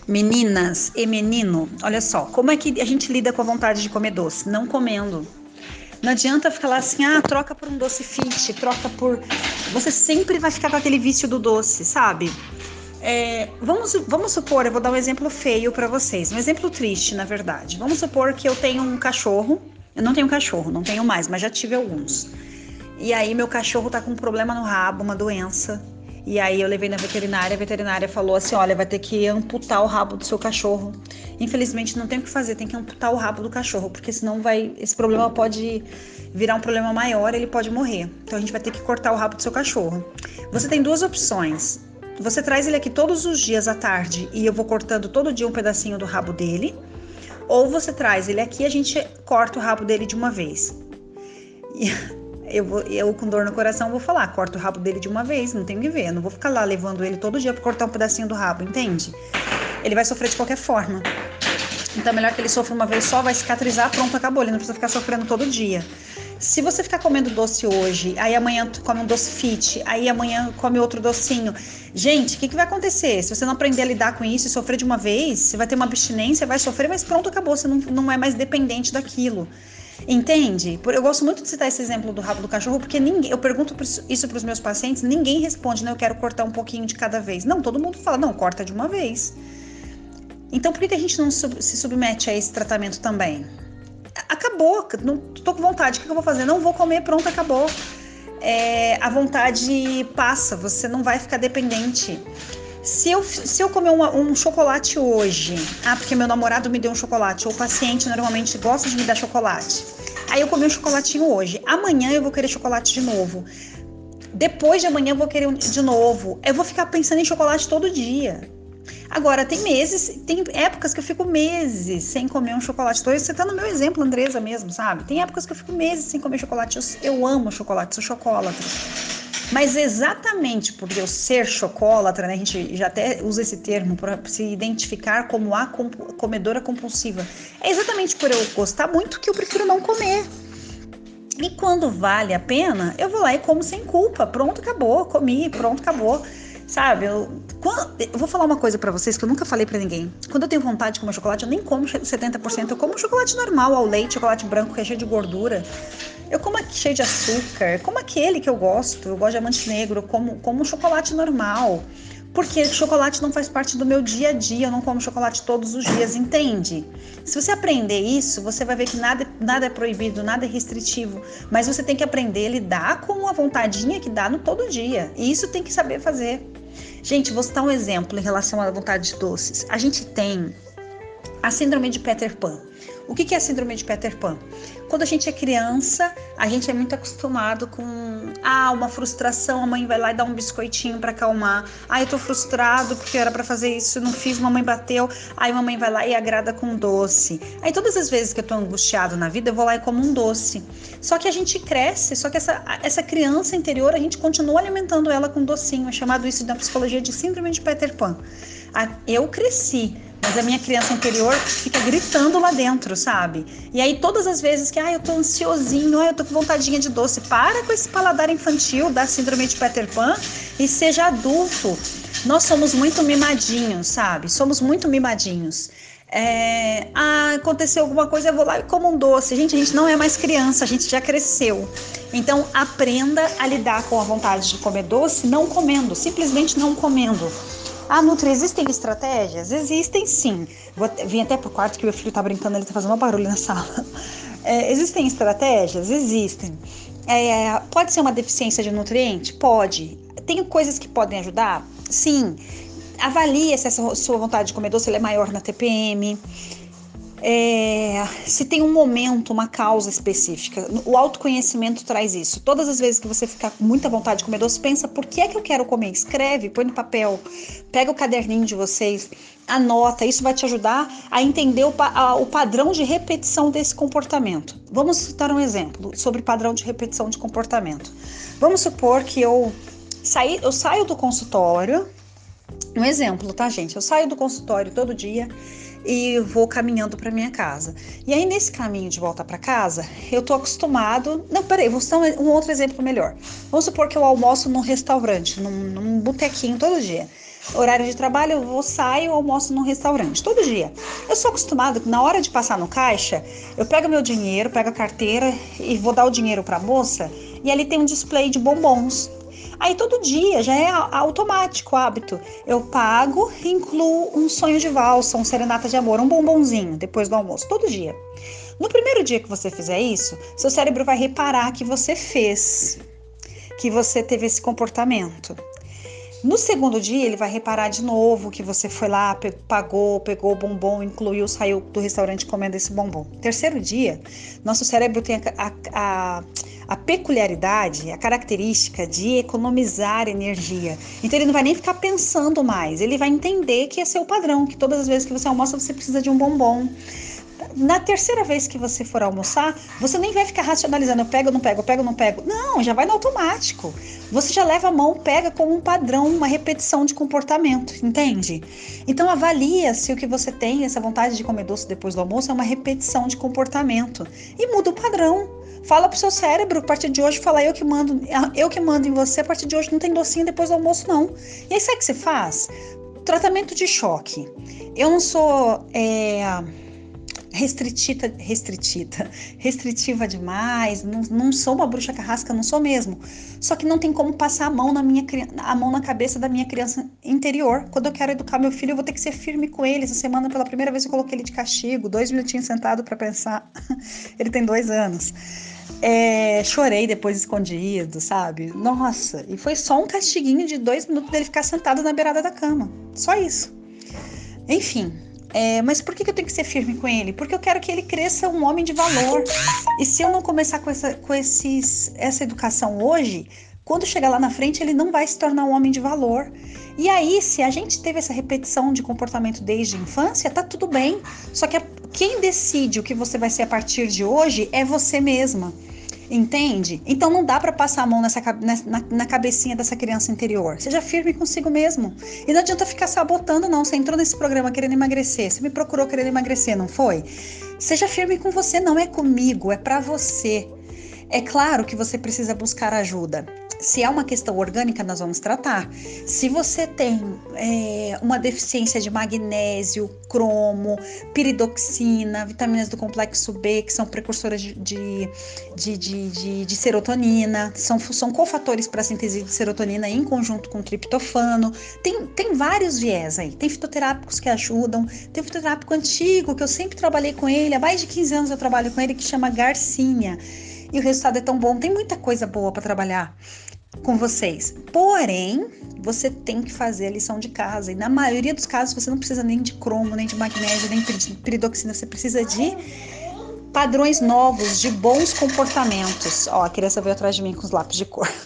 Meninas e menino, olha só, como é que a gente lida com a vontade de comer doce? Não comendo. Não adianta ficar lá assim, troca por um doce fit, troca por... Você sempre vai ficar com aquele vício do doce, sabe? Vamos supor, eu vou dar um exemplo feio pra vocês, um exemplo triste, na verdade. Vamos supor que eu tenho um cachorro, eu não tenho cachorro, não tenho mais, mas já tive alguns. E aí meu cachorro tá com um problema no rabo, uma doença. E aí eu levei na veterinária, a veterinária falou assim, olha, vai ter que amputar o rabo do seu cachorro. Infelizmente não tem o que fazer, tem que amputar o rabo do cachorro, porque senão esse problema pode virar um problema maior, ele pode morrer. Então a gente vai ter que cortar o rabo do seu cachorro. Você tem duas opções. Você traz ele aqui todos os dias à tarde e eu vou cortando todo dia um pedacinho do rabo dele. Ou você traz ele aqui e a gente corta o rabo dele de uma vez. Eu com dor no coração vou falar, corta o rabo dele de uma vez, não tem o que ver. Eu não vou ficar lá levando ele todo dia pra cortar um pedacinho do rabo, entende? Ele vai sofrer de qualquer forma. Então é melhor que ele sofra uma vez só, vai cicatrizar, pronto, acabou. Ele não precisa ficar sofrendo todo dia. Se você ficar comendo doce hoje, aí amanhã tu come um doce fit, aí amanhã come outro docinho. Gente, o que vai acontecer? Se você não aprender a lidar com isso e sofrer de uma vez, você vai ter uma abstinência, vai sofrer, mas pronto, acabou. Você não é mais dependente daquilo. Entende? Eu gosto muito de citar esse exemplo do rabo do cachorro, porque eu pergunto isso para os meus pacientes, ninguém responde, eu quero cortar um pouquinho de cada vez. Não, todo mundo fala, não, corta de uma vez. Então, por que a gente não se submete a esse tratamento também? Acabou, não tô com vontade, o que eu vou fazer? Não vou comer, pronto, acabou. A vontade passa, você não vai ficar dependente. Se eu comer um chocolate hoje, porque meu namorado me deu um chocolate, ou o paciente normalmente gosta de me dar chocolate, aí eu comi um chocolatinho hoje, amanhã eu vou querer chocolate de novo, depois de amanhã eu vou querer de novo, eu vou ficar pensando em chocolate todo dia. Agora, tem épocas que eu fico meses sem comer um chocolate. Você tá no meu exemplo, Andresa mesmo, sabe? Tem épocas que eu fico meses sem comer chocolate. Eu amo chocolate, sou chocolatra. Mas exatamente por eu ser chocolatra, né, a gente já até usa esse termo para se identificar como a comedora compulsiva. É exatamente por eu gostar muito que eu prefiro não comer. E quando vale a pena, eu vou lá e como sem culpa. Pronto, acabou, comi, pronto, acabou. Sabe, eu vou falar uma coisa pra vocês que eu nunca falei pra ninguém. Quando eu tenho vontade de comer chocolate, eu nem como 70%, eu como chocolate normal, ao leite, chocolate branco, que é cheio de gordura. Eu como cheio de açúcar, como aquele que eu gosto de diamante negro, eu como chocolate normal. Porque chocolate não faz parte do meu dia a dia, eu não como chocolate todos os dias, entende? Se você aprender isso, você vai ver que nada é proibido, nada é restritivo, mas você tem que aprender a lidar com a vontadinha que dá no todo dia, e isso tem que saber fazer. Gente, vou citar um exemplo em relação à vontade de doces. A gente tem a síndrome de Peter Pan. O que é a síndrome de Peter Pan? Quando a gente é criança, a gente é muito acostumado com uma frustração, a mãe vai lá e dá um biscoitinho para acalmar. Eu tô frustrado porque era para fazer isso, não fiz, mamãe bateu. Aí mamãe vai lá e agrada com doce. Aí todas as vezes que eu tô angustiado na vida, eu vou lá e como um doce. Só que a gente cresce, só que essa criança interior, a gente continua alimentando ela com docinho. É chamado isso na psicologia de síndrome de Peter Pan. Eu cresci, mas a minha criança interior fica gritando lá dentro, sabe? E aí todas as vezes que eu tô ansiosinho, eu tô com vontadinha de doce, para com esse paladar infantil da síndrome de Peter Pan e seja adulto. Nós somos muito mimadinhos, sabe? Somos muito mimadinhos. Aconteceu alguma coisa, eu vou lá e como um doce. Gente, a gente não é mais criança, a gente já cresceu. Então aprenda a lidar com a vontade de comer doce não comendo, simplesmente não comendo. Nutri, existem estratégias? Existem sim. Vim até pro quarto que meu filho tá brincando, ele tá fazendo um barulho na sala. Existem estratégias? Existem. Pode ser uma deficiência de nutriente? Pode. Tem coisas que podem ajudar? Sim. Avalie se essa sua vontade de comer doce é maior na TPM. Se tem um momento, uma causa específica. O autoconhecimento traz isso. Todas as vezes que você ficar com muita vontade de comer doce, pensa, por que é que eu quero comer? Escreve, põe no papel, pega o caderninho de vocês, anota. Isso vai te ajudar a entender o padrão de repetição desse comportamento. Vamos dar um exemplo sobre padrão de repetição de comportamento. Vamos supor que eu saio do consultório. Um exemplo, tá, gente? Eu saio do consultório todo dia e vou caminhando para minha casa. E aí, nesse caminho de volta para casa, eu tô acostumado... Não, peraí, vou dar um outro exemplo melhor. Vamos supor que eu almoço num restaurante, num botequinho todo dia. Horário de trabalho, eu vou, saio, almoço num restaurante, todo dia. Eu sou acostumada, na hora de passar no caixa, eu pego meu dinheiro, pego a carteira e vou dar o dinheiro para a moça, e ali tem um display de bombons. Aí todo dia, já é automático o hábito. Eu pago e incluo um sonho de valsa, um serenata de amor, um bombonzinho depois do almoço, todo dia. No primeiro dia que você fizer isso, seu cérebro vai reparar que você fez, que você teve esse comportamento. No segundo dia, ele vai reparar de novo que você foi lá, pagou, pegou o bombom, incluiu, saiu do restaurante comendo esse bombom. Terceiro dia, nosso cérebro tem a peculiaridade, a característica de economizar energia. Então, ele não vai nem ficar pensando mais, ele vai entender que esse é o padrão, que todas as vezes que você almoça, você precisa de um bombom. Na terceira vez que você for almoçar, você nem vai ficar racionalizando, eu pego, não pego, eu pego, não pego. Não, já vai no automático. Você já leva a mão, pega como um padrão, uma repetição de comportamento, entende? Então avalia se o que você tem, essa vontade de comer doce depois do almoço, é uma repetição de comportamento. E muda o padrão. Fala pro seu cérebro, a partir de hoje, fala eu que mando em você, a partir de hoje não tem docinho depois do almoço, não. E aí sabe o que você faz? Tratamento de choque. Eu não sou... restritiva demais, não sou uma bruxa carrasca, não sou mesmo. Só que não tem como passar a mão na cabeça da minha criança interior. Quando eu quero educar meu filho, eu vou ter que ser firme com ele. Essa semana, pela primeira vez, eu coloquei ele de castigo, 2 minutinhos sentado para pensar. Ele tem 2 anos. Chorei depois escondido, sabe? Nossa, e foi só um castiguinho de 2 minutos dele ficar sentado na beirada da cama. Só isso. Enfim. Mas por que eu tenho que ser firme com ele? Porque eu quero que ele cresça um homem de valor. E se eu não começar com essa educação hoje, quando chegar lá na frente, ele não vai se tornar um homem de valor. E aí, se a gente teve essa repetição de comportamento desde a infância, tá tudo bem. Só que quem decide o que você vai ser a partir de hoje é você mesma. Entende? Então não dá para passar a mão na cabecinha dessa criança interior. Seja firme consigo mesmo. E não adianta ficar sabotando, não. Você entrou nesse programa querendo emagrecer. Você me procurou querendo emagrecer, não foi? Seja firme com você, não é comigo, é para você. É claro que você precisa buscar ajuda. Se é uma questão orgânica, nós vamos tratar. Se você tem uma deficiência de magnésio, cromo, piridoxina, vitaminas do complexo B, que são precursoras de serotonina, são cofatores para a síntese de serotonina em conjunto com triptofano. Tem vários viés aí. Tem fitoterápicos que ajudam. Tem um fitoterápico antigo, que eu sempre trabalhei com ele. Há mais de 15 anos eu trabalho com ele, que chama Garcinia. E o resultado é tão bom. Tem muita coisa boa para trabalhar com vocês. Porém, você tem que fazer a lição de casa. E na maioria dos casos, você não precisa nem de cromo, nem de magnésio, nem de piridoxina. Você precisa de padrões novos, de bons comportamentos. Ó, a criança veio atrás de mim com os lápis de cor.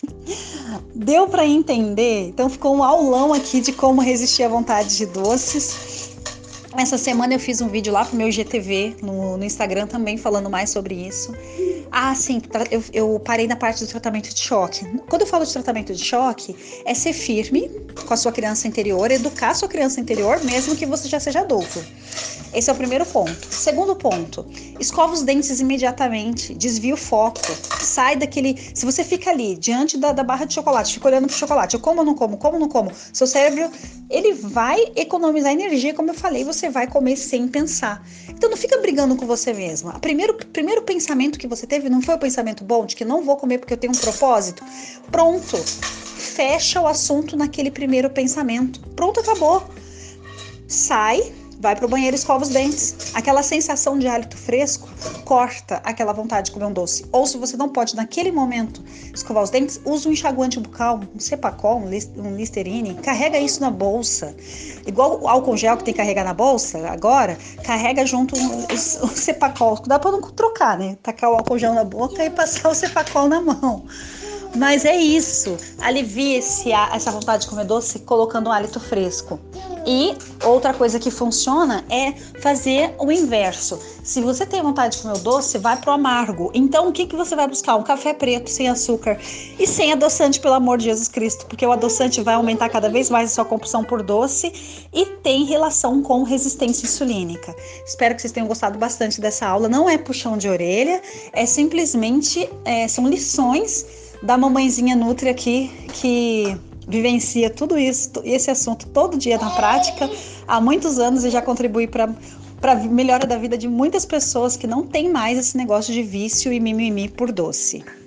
Deu para entender? Então ficou um aulão aqui de como resistir à vontade de doces. Essa semana eu fiz um vídeo lá pro meu IGTV no Instagram também falando mais sobre isso. Sim, eu parei na parte do tratamento de choque. Quando eu falo de tratamento de choque, é ser firme com a sua criança interior, educar a sua criança interior, mesmo que você já seja adulto. Esse é o primeiro ponto. Segundo ponto, escova os dentes imediatamente, desvia o foco, sai daquele... Se você fica ali, diante da barra de chocolate, fica olhando pro chocolate, eu como ou não como, como ou não como, seu cérebro, ele vai economizar energia, como eu falei, você vai comer sem pensar. Então não fica brigando com você mesma. O primeiro pensamento que você teve não foi o pensamento bom, de que não vou comer porque eu tenho um propósito? Pronto, fecha o assunto naquele primeiro pensamento. Pronto, acabou. Sai, vai pro banheiro e escova os dentes. Aquela sensação de hálito fresco corta aquela vontade de comer um doce. Ou se você não pode naquele momento escovar os dentes, usa um enxaguante bucal, um Cepacol, um Listerine, carrega isso na bolsa. Igual o álcool gel que tem que carregar na bolsa agora, carrega junto o Cepacol. Dá pra não trocar, né? Tacar o álcool gel na boca e passar o Cepacol na mão. Mas é isso, alivie essa vontade de comer doce colocando um hálito fresco. E outra coisa que funciona é fazer o inverso. Se você tem vontade de comer o doce, vai pro amargo. Então o que você vai buscar? Um café preto sem açúcar e sem adoçante, pelo amor de Jesus Cristo, porque o adoçante vai aumentar cada vez mais a sua compulsão por doce e tem relação com resistência insulínica. Espero que vocês tenham gostado bastante dessa aula. Não é puxão de orelha, é simplesmente são lições da mamãezinha Nutri aqui, que vivencia tudo isso, esse assunto todo dia na prática, há muitos anos e já contribui para a melhora da vida de muitas pessoas que não tem mais esse negócio de vício e mimimi por doce.